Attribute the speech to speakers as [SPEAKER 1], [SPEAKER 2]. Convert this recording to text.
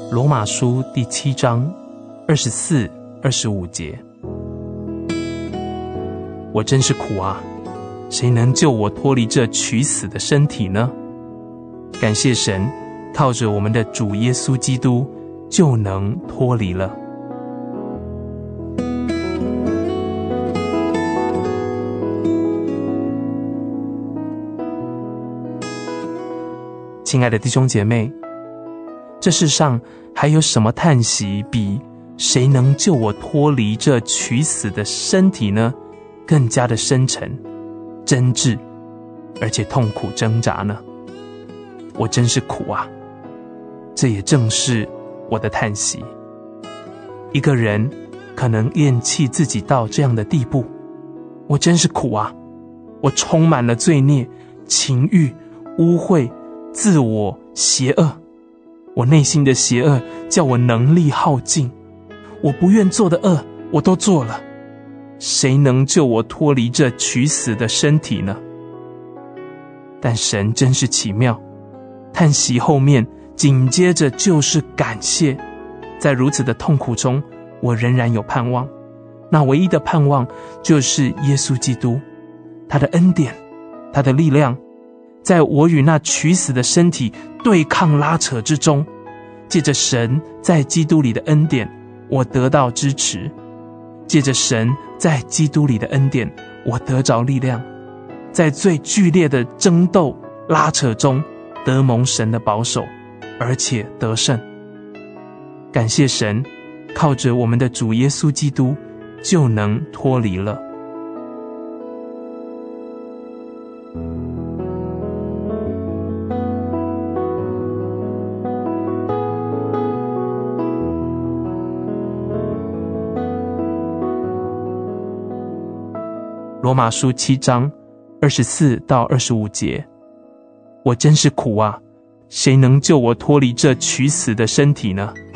[SPEAKER 1] 罗马书第7章24、25节。我真是苦啊，谁能救我脱离这取死的身体呢？感谢神，靠着我们的主耶稣基督就能脱离了。亲爱的弟兄姐妹，这世上还有什么叹息比谁能救我脱离这取死的身体呢更加的深沉、真挚，而且痛苦挣扎呢？我真是苦啊，这也正是我的叹息。一个人可能厌弃自己到这样的地步，我真是苦啊，我充满了罪孽、情欲、污秽、自我、邪恶。我内心的邪恶叫我能力耗尽，我不愿做的恶我都做了，谁能救我脱离这取死的身体呢？但神真是奇妙，叹息后面紧接着就是感谢。在如此的痛苦中，我仍然有盼望，那唯一的盼望就是耶稣基督，他的恩典，他的力量，在我与那取死的身体对抗拉扯之中，借着神在基督里的恩典，我得到支持；借着神在基督里的恩典，我得着力量，在最剧烈的争斗拉扯中得蒙神的保守，而且得胜。感谢神，靠着我们的主耶稣基督就能脱离了。罗马书7章24到25节。我真是苦啊，谁能救我脱离这取死的身体呢？